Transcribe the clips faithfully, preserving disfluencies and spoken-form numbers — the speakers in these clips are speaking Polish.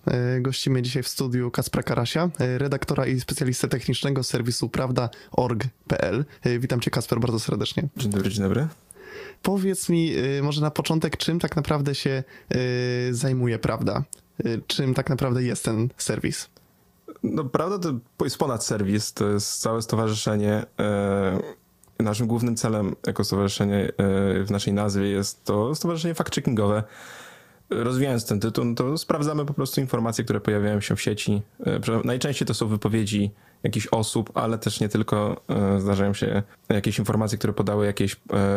Gościmy dzisiaj w studiu Kacpra Karasia, redaktora i specjalistę technicznego z serwisu prawda kropka org kropka p l. Witam cię, Kacper, bardzo serdecznie. Dzień dobry, dzień dobry. Powiedz mi może na początek, czym tak naprawdę się zajmuje Prawda? Czym tak naprawdę jest ten serwis? No, Prawda to jest ponad serwis, to jest całe stowarzyszenie. Naszym głównym celem jako stowarzyszenie w naszej nazwie jest to stowarzyszenie fact-checkingowe. Rozwijając ten tytuł, no to sprawdzamy po prostu informacje, które pojawiają się w sieci. Najczęściej to są wypowiedzi jakichś osób, ale też nie tylko. Zdarzają się jakieś informacje, które podały jakieś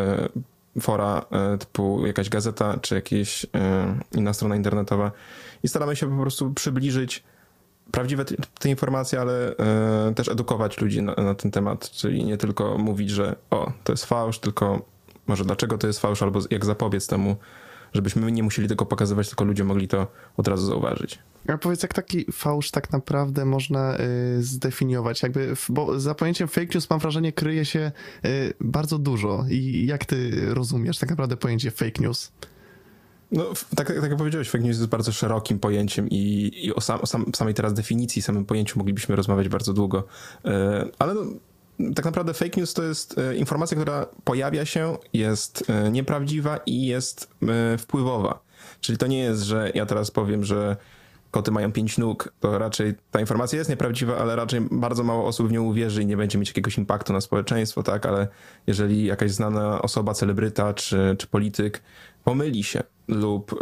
fora typu jakaś gazeta czy jakaś inna strona internetowa i staramy się po prostu przybliżyć prawdziwe te, te informacje, ale też edukować ludzi na, na ten temat, czyli nie tylko mówić, że o, to jest fałsz, tylko może dlaczego to jest fałsz, albo jak zapobiec temu, żebyśmy my nie musieli tego pokazywać, tylko ludzie mogli to od razu zauważyć. A powiedz, jak taki fałsz tak naprawdę można y, zdefiniować? Jakby, bo za pojęciem fake news mam wrażenie kryje się y, bardzo dużo. I jak ty rozumiesz tak naprawdę pojęcie fake news? No, tak, tak jak powiedziałeś, fake news jest bardzo szerokim pojęciem i, i o, sam, o sam, samej teraz definicji, samym pojęciu moglibyśmy rozmawiać bardzo długo. Yy, ale no, tak naprawdę fake news to jest y, informacja, która pojawia się, jest y, nieprawdziwa i jest y, wpływowa. Czyli to nie jest, że ja teraz powiem, że koty mają pięć nóg, to raczej ta informacja jest nieprawdziwa, ale raczej bardzo mało osób w nią uwierzy i nie będzie mieć jakiegoś impaktu na społeczeństwo, tak? Ale jeżeli jakaś znana osoba, celebryta czy, czy polityk pomyli się lub y,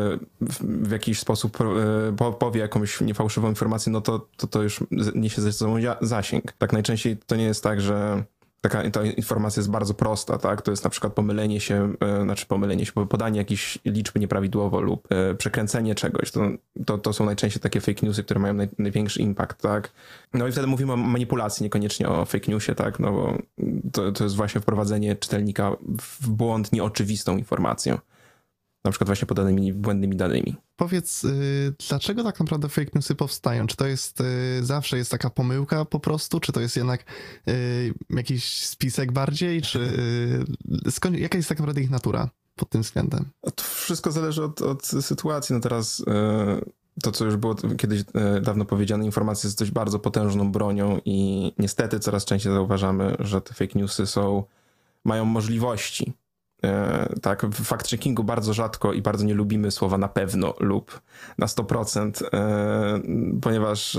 w, w jakiś sposób y, powie jakąś niefałszywą informację, no to, to, to już niesie ze sobą zasięg. Tak najczęściej to nie jest tak, że taka ta informacja jest bardzo prosta, tak? To jest na przykład pomylenie się, e, znaczy pomylenie się, podanie jakiejś liczby nieprawidłowo lub e, przekręcenie czegoś. To, to, to są najczęściej takie fake newsy, które mają naj, największy impact, tak? No i wtedy mówimy o manipulacji, niekoniecznie o fake newsie, tak? No bo to, to jest właśnie wprowadzenie czytelnika w błąd nieoczywistą informacją. Na przykład właśnie podanymi błędnymi danymi. Powiedz, yy, dlaczego tak naprawdę fake newsy powstają? Czy to jest yy, zawsze jest taka pomyłka po prostu? Czy to jest jednak yy, jakiś spisek bardziej? Czy yy, skąd, jaka jest tak naprawdę ich natura pod tym względem? To wszystko zależy od, od sytuacji. No teraz yy, to, co już było kiedyś yy, dawno powiedziane, informacja jest dość bardzo potężną bronią i niestety coraz częściej zauważamy, że te fake newsy są, mają możliwości. Tak, w fact-checkingu bardzo rzadko i bardzo nie lubimy słowa na pewno lub na sto procent, ponieważ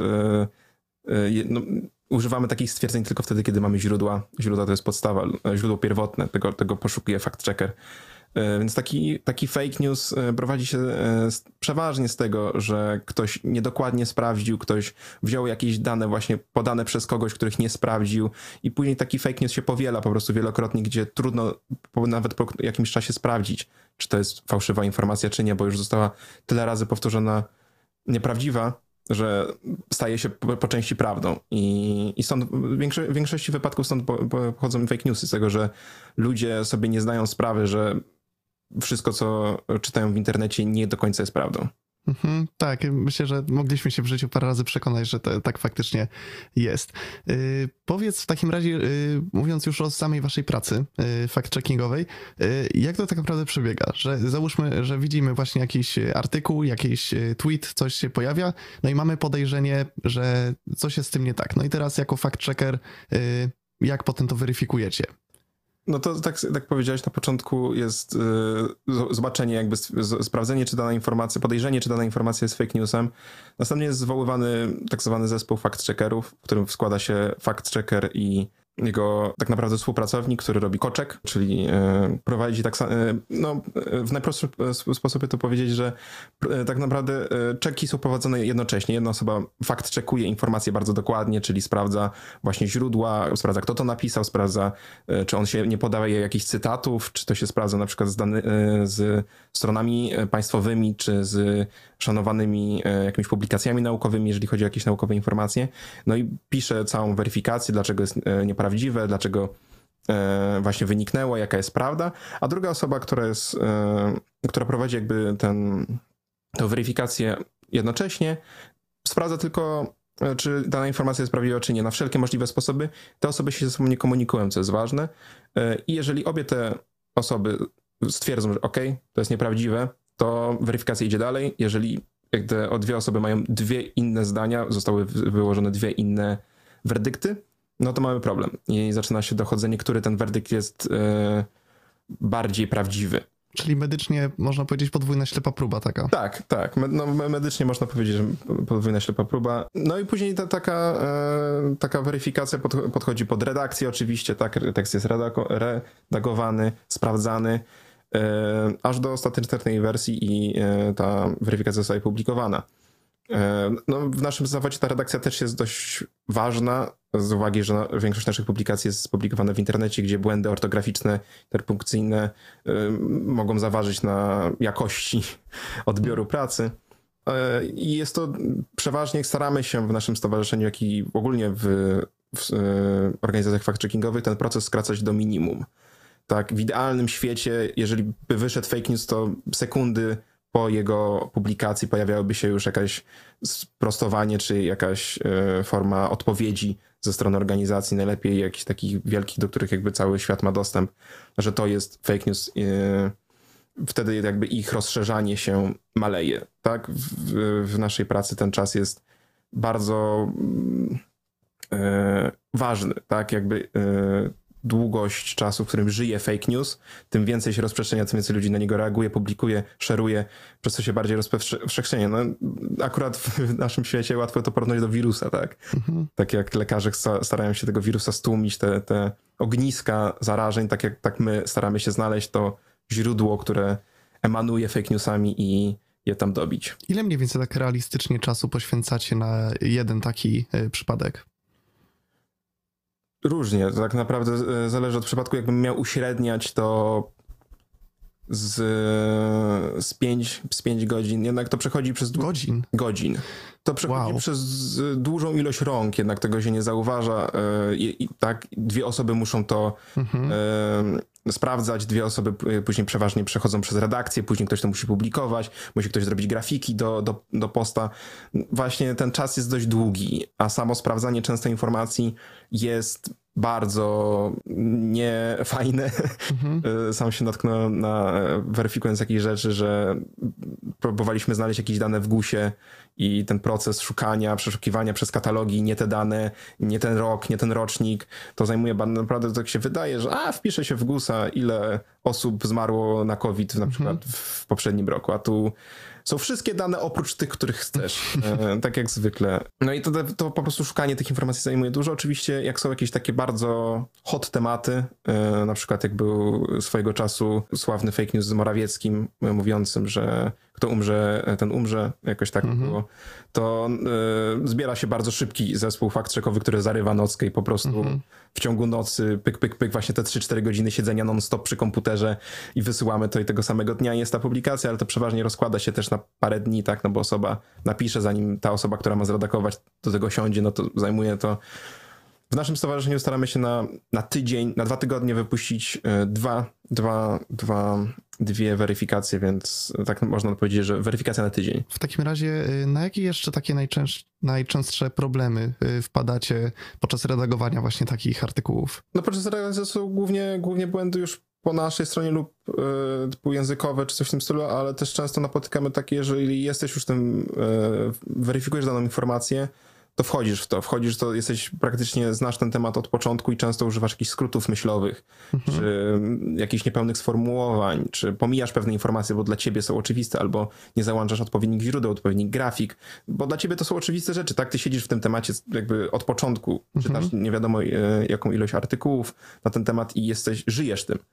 no, używamy takich stwierdzeń tylko wtedy, kiedy mamy źródła. Źródła to jest podstawa, źródło pierwotne, tego, tego poszukuje fact-checker. Więc taki, taki fake news prowadzi się przeważnie z tego, że ktoś niedokładnie sprawdził, ktoś wziął jakieś dane właśnie podane przez kogoś, których nie sprawdził i później taki fake news się powiela po prostu wielokrotnie, gdzie trudno nawet po jakimś czasie sprawdzić, czy to jest fałszywa informacja, czy nie, bo już została tyle razy powtórzona nieprawdziwa, że staje się po, po części prawdą. I, i stąd w, większo- w większości wypadków stąd po, pochodzą fake newsy, z tego, że ludzie sobie nie zdają sprawy, że wszystko, co czytają w internecie, nie do końca jest prawdą. Mhm, tak, myślę, że mogliśmy się w życiu parę razy przekonać, że to tak faktycznie jest. Yy, powiedz w takim razie, yy, mówiąc już o samej waszej pracy yy, fact-checkingowej, yy, jak to tak naprawdę przebiega? Że załóżmy, że widzimy właśnie jakiś artykuł, jakiś tweet, coś się pojawia, no i mamy podejrzenie, że coś jest z tym nie tak. No i teraz jako fact-checker, yy, jak potem to weryfikujecie? No to tak, tak powiedziałeś na początku, jest y, zobaczenie, jakby z, sprawdzenie, czy dana informacja, podejrzenie, czy dana informacja jest fake newsem. Następnie jest zwoływany tak zwany zespół fact-checkerów, w którym składa się fact-checker i jego tak naprawdę współpracownik, który robi koczek, czyli y, prowadzi tak samo, y, no w najprostszy sposób to powiedzieć, że y, tak naprawdę y, czeki są prowadzone jednocześnie. Jedna osoba fact-checkuje informacje bardzo dokładnie, czyli sprawdza właśnie źródła, sprawdza kto to napisał, sprawdza y, czy on się nie podaje jakichś cytatów, czy to się sprawdza na przykład z, dany, y, z stronami państwowymi, czy z szanowanymi y, jakimiś publikacjami naukowymi, jeżeli chodzi o jakieś naukowe informacje. No i pisze całą weryfikację, dlaczego jest y, nieprawdziwe, dlaczego e, właśnie wyniknęło, jaka jest prawda, a druga osoba, która jest, e, która prowadzi jakby ten, tę weryfikację jednocześnie, sprawdza tylko, e, czy dana informacja jest prawdziwa, czy nie, na wszelkie możliwe sposoby. Te osoby się ze sobą nie komunikują, co jest ważne, e, i jeżeli obie te osoby stwierdzą, że ok, to jest nieprawdziwe, to weryfikacja idzie dalej. Jeżeli gdy o dwie osoby mają dwie inne zdania, zostały wyłożone dwie inne werdykty, no to mamy problem. I zaczyna się dochodzenie, który ten werdykt jest yy, bardziej prawdziwy. Czyli medycznie można powiedzieć podwójna ślepa próba taka. Tak, tak. No, medycznie można powiedzieć, że podwójna ślepa próba. No i później ta, taka, e, taka weryfikacja pod, podchodzi pod redakcję oczywiście, tak, tekst jest redako, redagowany, sprawdzany, e, aż do ostatecznej wersji i e, ta weryfikacja zostaje publikowana. No, w naszym zawodzie ta redakcja też jest dość ważna, z uwagi, że większość naszych publikacji jest publikowana w internecie, gdzie błędy ortograficzne, interpunkcyjne y, mogą zaważyć na jakości odbioru pracy. Y, I jest to przeważnie, staramy się w naszym stowarzyszeniu, jak i ogólnie w, w y, organizacjach fact-checkingowych ten proces skracać do minimum. Tak, w idealnym świecie, jeżeli by wyszedł fake news, to sekundy po jego publikacji pojawiałoby się już jakieś sprostowanie, czy jakaś y, forma odpowiedzi ze strony organizacji, najlepiej jakichś takich wielkich, do których jakby cały świat ma dostęp, że to jest fake news. Y, wtedy jakby ich rozszerzanie się maleje. Tak? W, w naszej pracy ten czas jest bardzo y, ważny. Tak? Jakby y, długość czasu, w którym żyje fake news, tym więcej się rozprzestrzenia, tym więcej ludzi na niego reaguje, publikuje, szeruje, przez co się bardziej rozpowszechnia. No, akurat w naszym świecie łatwo to porównać do wirusa, tak? Mhm. Tak jak lekarze starają się tego wirusa stłumić, te, te ogniska zarażeń, tak jak tak my staramy się znaleźć to źródło, które emanuje fake newsami i je tam dobić. Ile mniej więcej tak realistycznie czasu poświęcacie na jeden taki y, przypadek? Różnie, to tak naprawdę zależy od przypadku. Jakbym miał uśredniać, to z, z, pięć, z pięć godzin, jednak to przechodzi przez... Dłu- godzin? Godzin. To przechodzi wow. przez dużą ilość rąk, jednak tego się nie zauważa. I, i tak, dwie osoby muszą to mhm. y, sprawdzać, dwie osoby później przeważnie przechodzą przez redakcję, później ktoś to musi publikować, musi ktoś zrobić grafiki do, do, do posta. Właśnie ten czas jest dość długi, a samo sprawdzanie często informacji jest bardzo niefajne. Mhm. Sam się natknąłem na, weryfikując jakieś rzeczy, że próbowaliśmy znaleźć jakieś dane w gusie i ten proces szukania, przeszukiwania przez katalogi, nie te dane, nie ten rok, nie ten rocznik, to zajmuje naprawdę, tak się wydaje, że a, wpisze się w gusa, ile osób zmarło na COVID na przykład mhm. w poprzednim roku, a tu są wszystkie dane oprócz tych, których chcesz, e, tak jak zwykle. No i to, to po prostu szukanie tych informacji zajmuje dużo. Oczywiście jak są jakieś takie bardzo hot tematy, e, na przykład jak był swojego czasu sławny fake news z Morawieckim, e, mówiącym, że kto umrze, ten umrze, jakoś tak mhm. było, to e, zbiera się bardzo szybki zespół fact-checkowy, który zarywa nockę i po prostu mhm. w ciągu nocy pyk, pyk, pyk, właśnie te trzy cztery godziny siedzenia non-stop przy komputerze i wysyłamy to i tego samego dnia jest ta publikacja, ale to przeważnie rozkłada się też na parę dni, tak, no bo osoba napisze, zanim ta osoba, która ma zredagować, do tego siądzie, no to zajmuje to. W naszym stowarzyszeniu staramy się na, na tydzień, na dwa tygodnie wypuścić dwa, dwa, dwa, dwie weryfikacje, więc tak można powiedzieć, że weryfikacja na tydzień. W takim razie na jakie jeszcze takie najczęstsze, najczęstsze problemy wpadacie podczas redagowania właśnie takich artykułów? No podczas redakcji są głównie, głównie błędy już po naszej stronie lub y, typu językowe czy coś w tym stylu, ale też często napotykamy takie, jeżeli jesteś już tym, y, weryfikujesz daną informację, to wchodzisz w to, wchodzisz w to, jesteś praktycznie, znasz ten temat od początku i często używasz jakichś skrótów myślowych, mhm. czy jakichś niepełnych sformułowań, czy pomijasz pewne informacje, bo dla ciebie są oczywiste, albo nie załączasz odpowiednich źródeł, odpowiednich grafik, bo dla ciebie to są oczywiste rzeczy, tak? Ty siedzisz w tym temacie jakby od początku, mhm. czytasz nie wiadomo jaką ilość artykułów na ten temat i jesteś, żyjesz tym.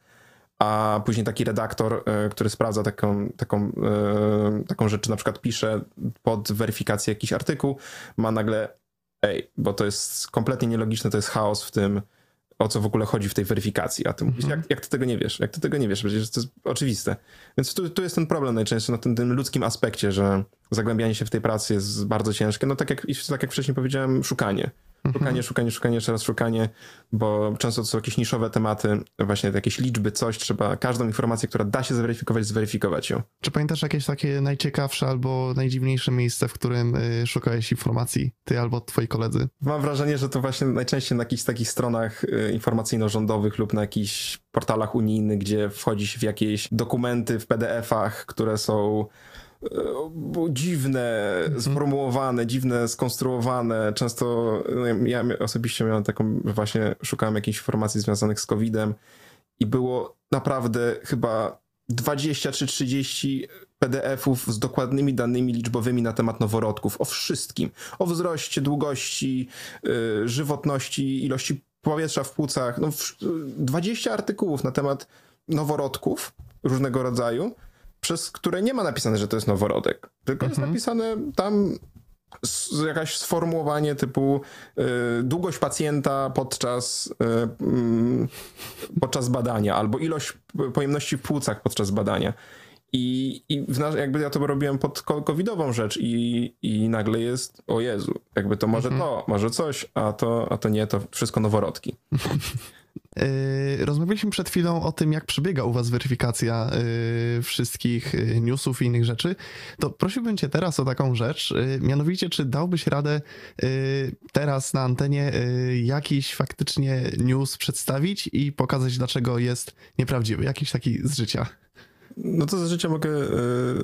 A później taki redaktor, który sprawdza taką, taką, taką rzecz, czy na przykład pisze pod weryfikację jakiś artykuł, ma nagle, ej, bo to jest kompletnie nielogiczne, to jest chaos w tym, o co w ogóle chodzi w tej weryfikacji. A ty mówisz, mm-hmm. jak, jak ty tego nie wiesz? Jak ty tego nie wiesz? Przecież to jest oczywiste. Więc tu, tu jest ten problem najczęściej na tym, tym ludzkim aspekcie, że zagłębianie się w tej pracy jest bardzo ciężkie. No tak jak, tak jak wcześniej powiedziałem, szukanie. Szukanie, szukanie, szukanie, jeszcze raz szukanie, bo często to są jakieś niszowe tematy, właśnie jakieś liczby, coś, trzeba każdą informację, która da się zweryfikować, zweryfikować ją. Czy pamiętasz jakieś takie najciekawsze albo najdziwniejsze miejsce, w którym y, szukałeś informacji, ty albo twoi koledzy? Mam wrażenie, że to właśnie najczęściej na jakichś takich stronach y, informacyjno-rządowych lub na jakichś portalach unijnych, gdzie wchodzi się w jakieś dokumenty w P D F-ach, które są dziwne, sformułowane, dziwne, skonstruowane. Często ja osobiście miałem taką, właśnie szukałem jakichś informacji związanych z kowidem i było naprawdę chyba dwadzieścia czy trzydzieści P D F-ów z dokładnymi danymi liczbowymi na temat noworodków, o wszystkim. O wzroście, długości, yy, żywotności, ilości powietrza w płucach. No, dwadzieścia artykułów na temat noworodków różnego rodzaju, przez które nie ma napisane, że to jest noworodek. Tylko mhm. jest napisane tam jakaś sformułowanie typu y, długość pacjenta podczas, y, y, podczas badania albo ilość pojemności w płucach podczas badania. I, i w, jakby ja to robiłem pod covidową rzecz i, i nagle jest, o Jezu, jakby to może mhm. to, może coś, a to, a to nie, to wszystko noworodki. Rozmawialiśmy przed chwilą o tym, jak przebiega u was weryfikacja wszystkich newsów i innych rzeczy. To prosiłbym cię teraz o taką rzecz, mianowicie czy dałbyś radę teraz na antenie jakiś faktycznie news przedstawić i pokazać, dlaczego jest nieprawdziwy, jakiś taki z życia? No to z życia mogę y,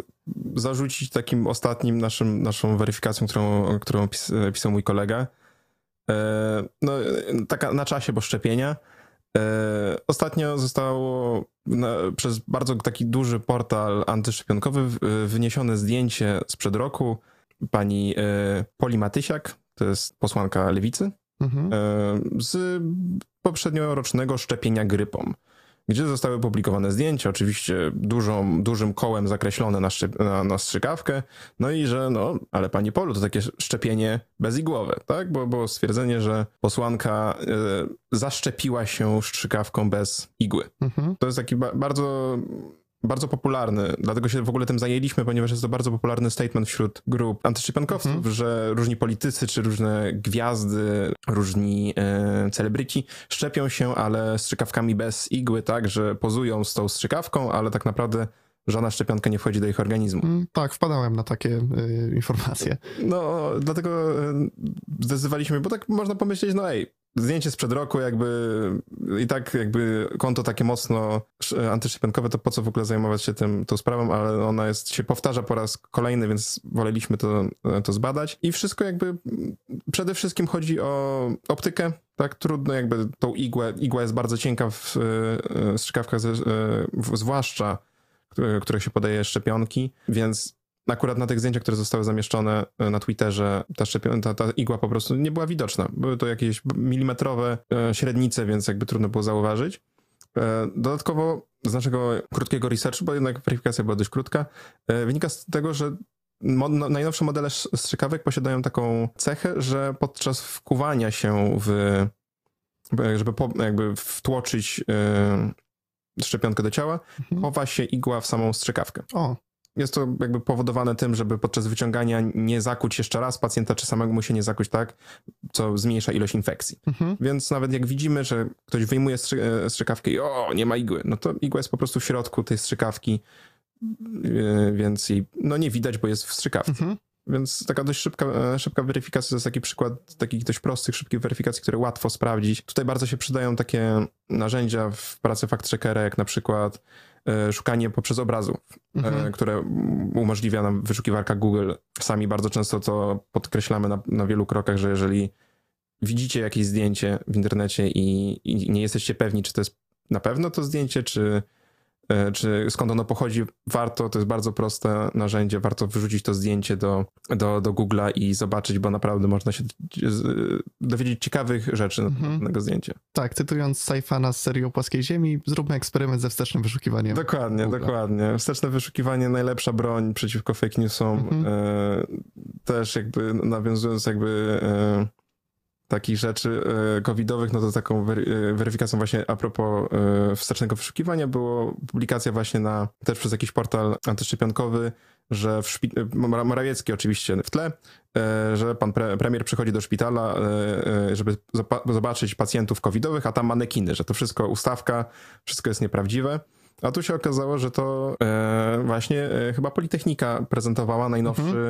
zarzucić takim ostatnim naszym, naszą weryfikacją, którą, którą pis, pisał mój kolega. Y, no taka na czasie, bo szczepienia. Y, ostatnio zostało na, przez bardzo taki duży portal antyszczepionkowy y, wyniesione zdjęcie sprzed roku pani y, Poli Matysiak, to jest posłanka Lewicy, mhm. y, z poprzedniorocznego szczepienia grypą, gdzie zostały publikowane zdjęcia, oczywiście dużą, dużym kołem zakreślone na, szczyp, na, na strzykawkę, no i że no, ale pani Polu, to takie szczepienie bezigłowe, tak? Bo było stwierdzenie, że posłanka y, zaszczepiła się strzykawką bez igły. Mhm. To jest taki ba- bardzo... bardzo popularny, dlatego się w ogóle tym zajęliśmy, ponieważ jest to bardzo popularny statement wśród grup antyszczepionkowców, mhm. że różni politycy, czy różne gwiazdy, różni e, celebryci szczepią się, ale strzykawkami bez igły, tak, że pozują z tą strzykawką, ale tak naprawdę żadna szczepionka nie wchodzi do ich organizmu. Mm, tak, wpadałem na takie y, informacje. No, dlatego y, zdecydowaliśmy, bo tak można pomyśleć, no ej, zdjęcie sprzed roku jakby i tak jakby konto takie mocno antyszczepionkowe, to po co w ogóle zajmować się tym, tą sprawą, ale ona jest, się powtarza po raz kolejny, więc woleliśmy to, to zbadać. I wszystko jakby przede wszystkim chodzi o optykę, tak, trudno jakby tą igłę, igła jest bardzo cienka w strzykawkach, zwłaszcza które się podaje szczepionki, więc akurat na tych zdjęciach, które zostały zamieszczone na Twitterze, ta, szczepion- ta, ta igła po prostu nie była widoczna. Były to jakieś milimetrowe średnice, więc jakby trudno było zauważyć. Dodatkowo z naszego krótkiego researchu, bo jednak weryfikacja była dość krótka, wynika z tego, że mo- najnowsze modele strzykawek posiadają taką cechę, że podczas wkuwania się w, żeby po, jakby wtłoczyć szczepionkę do ciała, mhm. chowa się igła w samą strzykawkę. O. Jest to jakby powodowane tym, żeby podczas wyciągania nie zakuć jeszcze raz pacjenta, czy samemu mu się nie zakuć tak, co zmniejsza ilość infekcji. Mhm. Więc nawet jak widzimy, że ktoś wyjmuje strzy- strzykawkę i o, nie ma igły, no to igła jest po prostu w środku tej strzykawki, więc jej no nie widać, bo jest w strzykawce. Mhm. Więc taka dość szybka, szybka weryfikacja to jest taki przykład takich dość prostych, szybkich weryfikacji, które łatwo sprawdzić. Tutaj bardzo się przydają takie narzędzia w pracy fact-checkera, jak na przykład e, szukanie poprzez obrazów, mhm. e, które umożliwia nam wyszukiwarka Google. Sami bardzo często to podkreślamy na, na wielu krokach, że jeżeli widzicie jakieś zdjęcie w internecie i, i nie jesteście pewni, czy to jest na pewno to zdjęcie, czy czy skąd ono pochodzi, warto, to jest bardzo proste narzędzie, warto wyrzucić to zdjęcie do, do, do Google'a i zobaczyć, bo naprawdę można się dowiedzieć ciekawych rzeczy na mhm. tego zdjęcia. Tak, cytując Saifana z serii o płaskiej ziemi, zróbmy eksperyment ze wstecznym wyszukiwaniem. Dokładnie, Google'a. dokładnie. Wsteczne wyszukiwanie, najlepsza broń przeciwko fake newsom. Mhm. E, też jakby nawiązując jakby e, takich rzeczy e, covidowych, no to taką wery, weryfikacją właśnie a propos e, wstecznego wyszukiwania było publikacja właśnie na, też przez jakiś portal antyszczepionkowy, że w szpi- Morawiecki oczywiście w tle, e, że pan pre, premier przychodzi do szpitala, e, żeby zopa- zobaczyć pacjentów covidowych, a tam manekiny, że to wszystko ustawka, wszystko jest nieprawdziwe. A tu się okazało, że to e, właśnie e, chyba Politechnika prezentowała najnowszy mhm.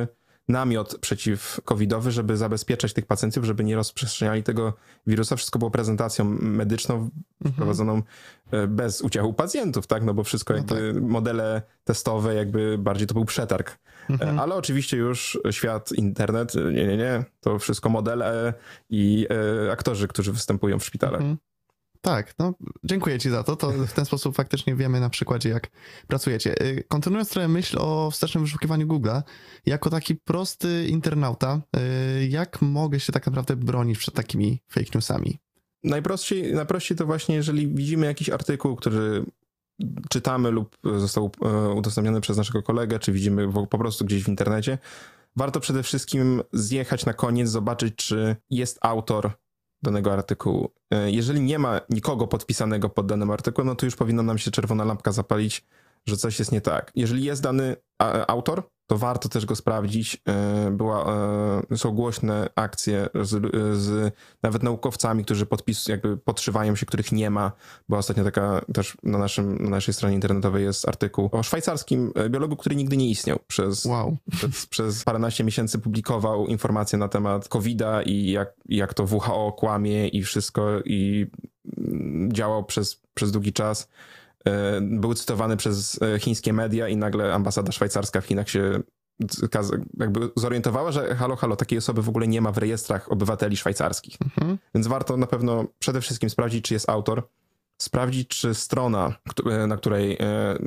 namiot przeciwcovidowy, żeby zabezpieczać tych pacjentów, żeby nie rozprzestrzeniali tego wirusa. Wszystko było prezentacją medyczną wprowadzoną bez udziału pacjentów, tak? No bo wszystko No jakby tak. modele testowe, jakby bardziej to był przetarg. Mhm. Ale oczywiście już świat, internet, nie, nie, nie, to wszystko modele i e, aktorzy, którzy występują w szpitalach. Mhm. Tak, no dziękuję ci za to. To w ten sposób faktycznie wiemy na przykładzie, jak pracujecie. Y, Kontynuując trochę myśl o wstecznym wyszukiwaniu Google'a, jako taki prosty internauta, y, jak mogę się tak naprawdę bronić przed takimi fake newsami? Najprościej, najprościej to właśnie, jeżeli widzimy jakiś artykuł, który czytamy lub został e, udostępniony przez naszego kolegę, czy widzimy w- po prostu gdzieś w internecie, warto przede wszystkim zjechać na koniec, zobaczyć, czy jest autor danego artykułu. E, Jeżeli nie ma nikogo podpisanego pod danym artykułem, no to już powinna nam się czerwona lampka zapalić, że coś jest nie tak. Jeżeli jest dany a, autor, to warto też go sprawdzić. E, Była, e, są głośne akcje z, z nawet naukowcami, którzy podpis, jakby podszywają się, których nie ma. Była ostatnio taka też na, naszym, na naszej stronie internetowej jest artykuł o szwajcarskim biologu, który nigdy nie istniał. Przez, Wow. przez, przez paręnaście miesięcy publikował informacje na temat kowida i jak, jak to W H O kłamie i wszystko i mm, działał przez, przez długi czas. E, Był cytowany przez e, chińskie media i nagle ambasada szwajcarska w Chinach się zkaz- jakby zorientowała, że halo, halo, takiej osoby w ogóle nie ma w rejestrach obywateli szwajcarskich. Mhm. Więc warto na pewno przede wszystkim sprawdzić, czy jest autor, sprawdzić, czy strona, któ- na której e, e,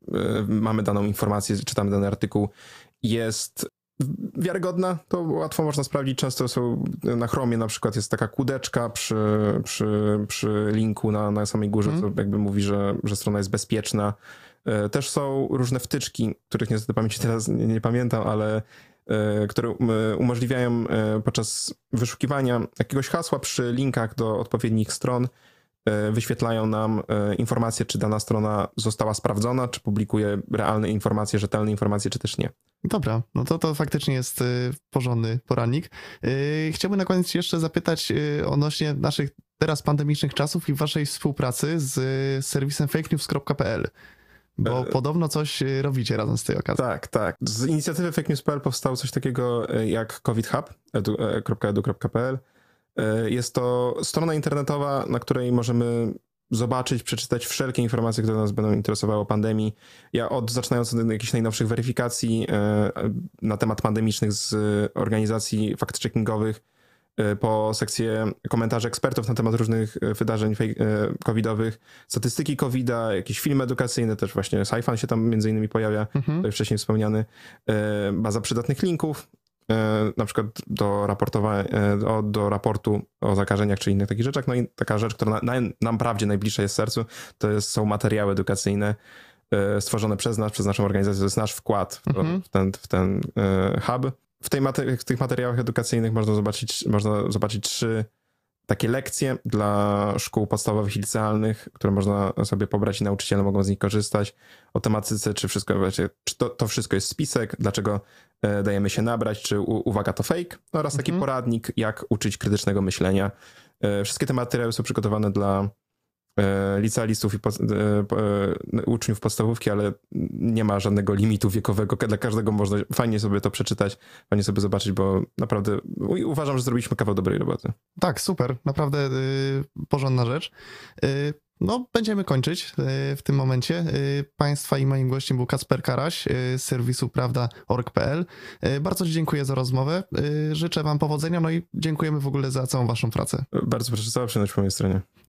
mamy daną informację, czytamy dany artykuł, jest wiarygodna. To łatwo można sprawdzić. Często są na Chromie na przykład jest taka kółdeczka przy, przy, przy linku na, na samej górze, Mhm. co jakby mówi, że, że strona jest bezpieczna. E, Też są różne wtyczki, których niestety pamięci teraz nie, nie pamiętam, ale e, które um, umożliwiają e, podczas wyszukiwania jakiegoś hasła przy linkach do odpowiednich stron e, wyświetlają nam e, informacje, czy dana strona została sprawdzona, czy publikuje realne informacje, rzetelne informacje, czy też nie. Dobra, no to to faktycznie jest y, porządny poradnik. Y, Chciałbym na koniec jeszcze zapytać y, odnośnie naszych teraz pandemicznych czasów i waszej współpracy z y, serwisem fake news kropka p l, bo E, podobno coś y, robicie razem z tej okazji. Tak, tak. Z inicjatywy fake news kropka p l powstało coś takiego e, jak covid hub kropka edu kropka p l. E, Jest to strona internetowa, na której możemy zobaczyć, przeczytać wszelkie informacje, które nas będą interesowały o pandemii. Ja od, zaczynając od jakichś najnowszych weryfikacji e, na temat pandemicznych z organizacji fact-checkingowych, e, po sekcję komentarzy ekspertów na temat różnych e, wydarzeń fake, e, covidowych, statystyki covida, jakieś filmy edukacyjne, też właśnie Sci-Fan się tam między innymi pojawia, Mhm. tutaj wcześniej wspomniany, e, baza przydatnych linków, e, na przykład do raportowania, e, do raportu o zakażeniach czy innych takich rzeczach. No i taka rzecz, która na, na, nam prawdzie najbliższa jest sercu, to jest, są materiały edukacyjne e, stworzone przez nas, przez naszą organizację. To jest nasz wkład w, to, Mhm. w ten, w ten e, hub. W, tej mate- w tych materiałach edukacyjnych można zobaczyć, można zobaczyć trzy takie lekcje dla szkół podstawowych i licealnych, które można sobie pobrać i nauczyciele mogą z nich korzystać. O tematyce, czy wszystko, wiecie, czy to, to wszystko jest spisek, dlaczego e, dajemy się nabrać, czy u, uwaga to fake, oraz taki Mhm. poradnik, jak uczyć krytycznego myślenia. E, wszystkie te materiały są przygotowane dla e, licealistów i pod, e, po- e, uczniów podstawówki, ale nie ma żadnego limitu wiekowego. Dla każdego można fajnie sobie to przeczytać, fajnie sobie zobaczyć, bo naprawdę u- uważam, że zrobiliśmy kawał dobrej roboty. Tak, super, naprawdę y, porządna rzecz. Y, no, będziemy kończyć y, w tym momencie. Y, Państwa i moim gościem był Kacper Karaś y, z serwisu prawda kropka org kropka p l. Y, bardzo Ci dziękuję za rozmowę. Y, życzę Wam powodzenia, no i dziękujemy w ogóle za całą Waszą pracę. Bardzo proszę, cała przyjemność po mojej stronie.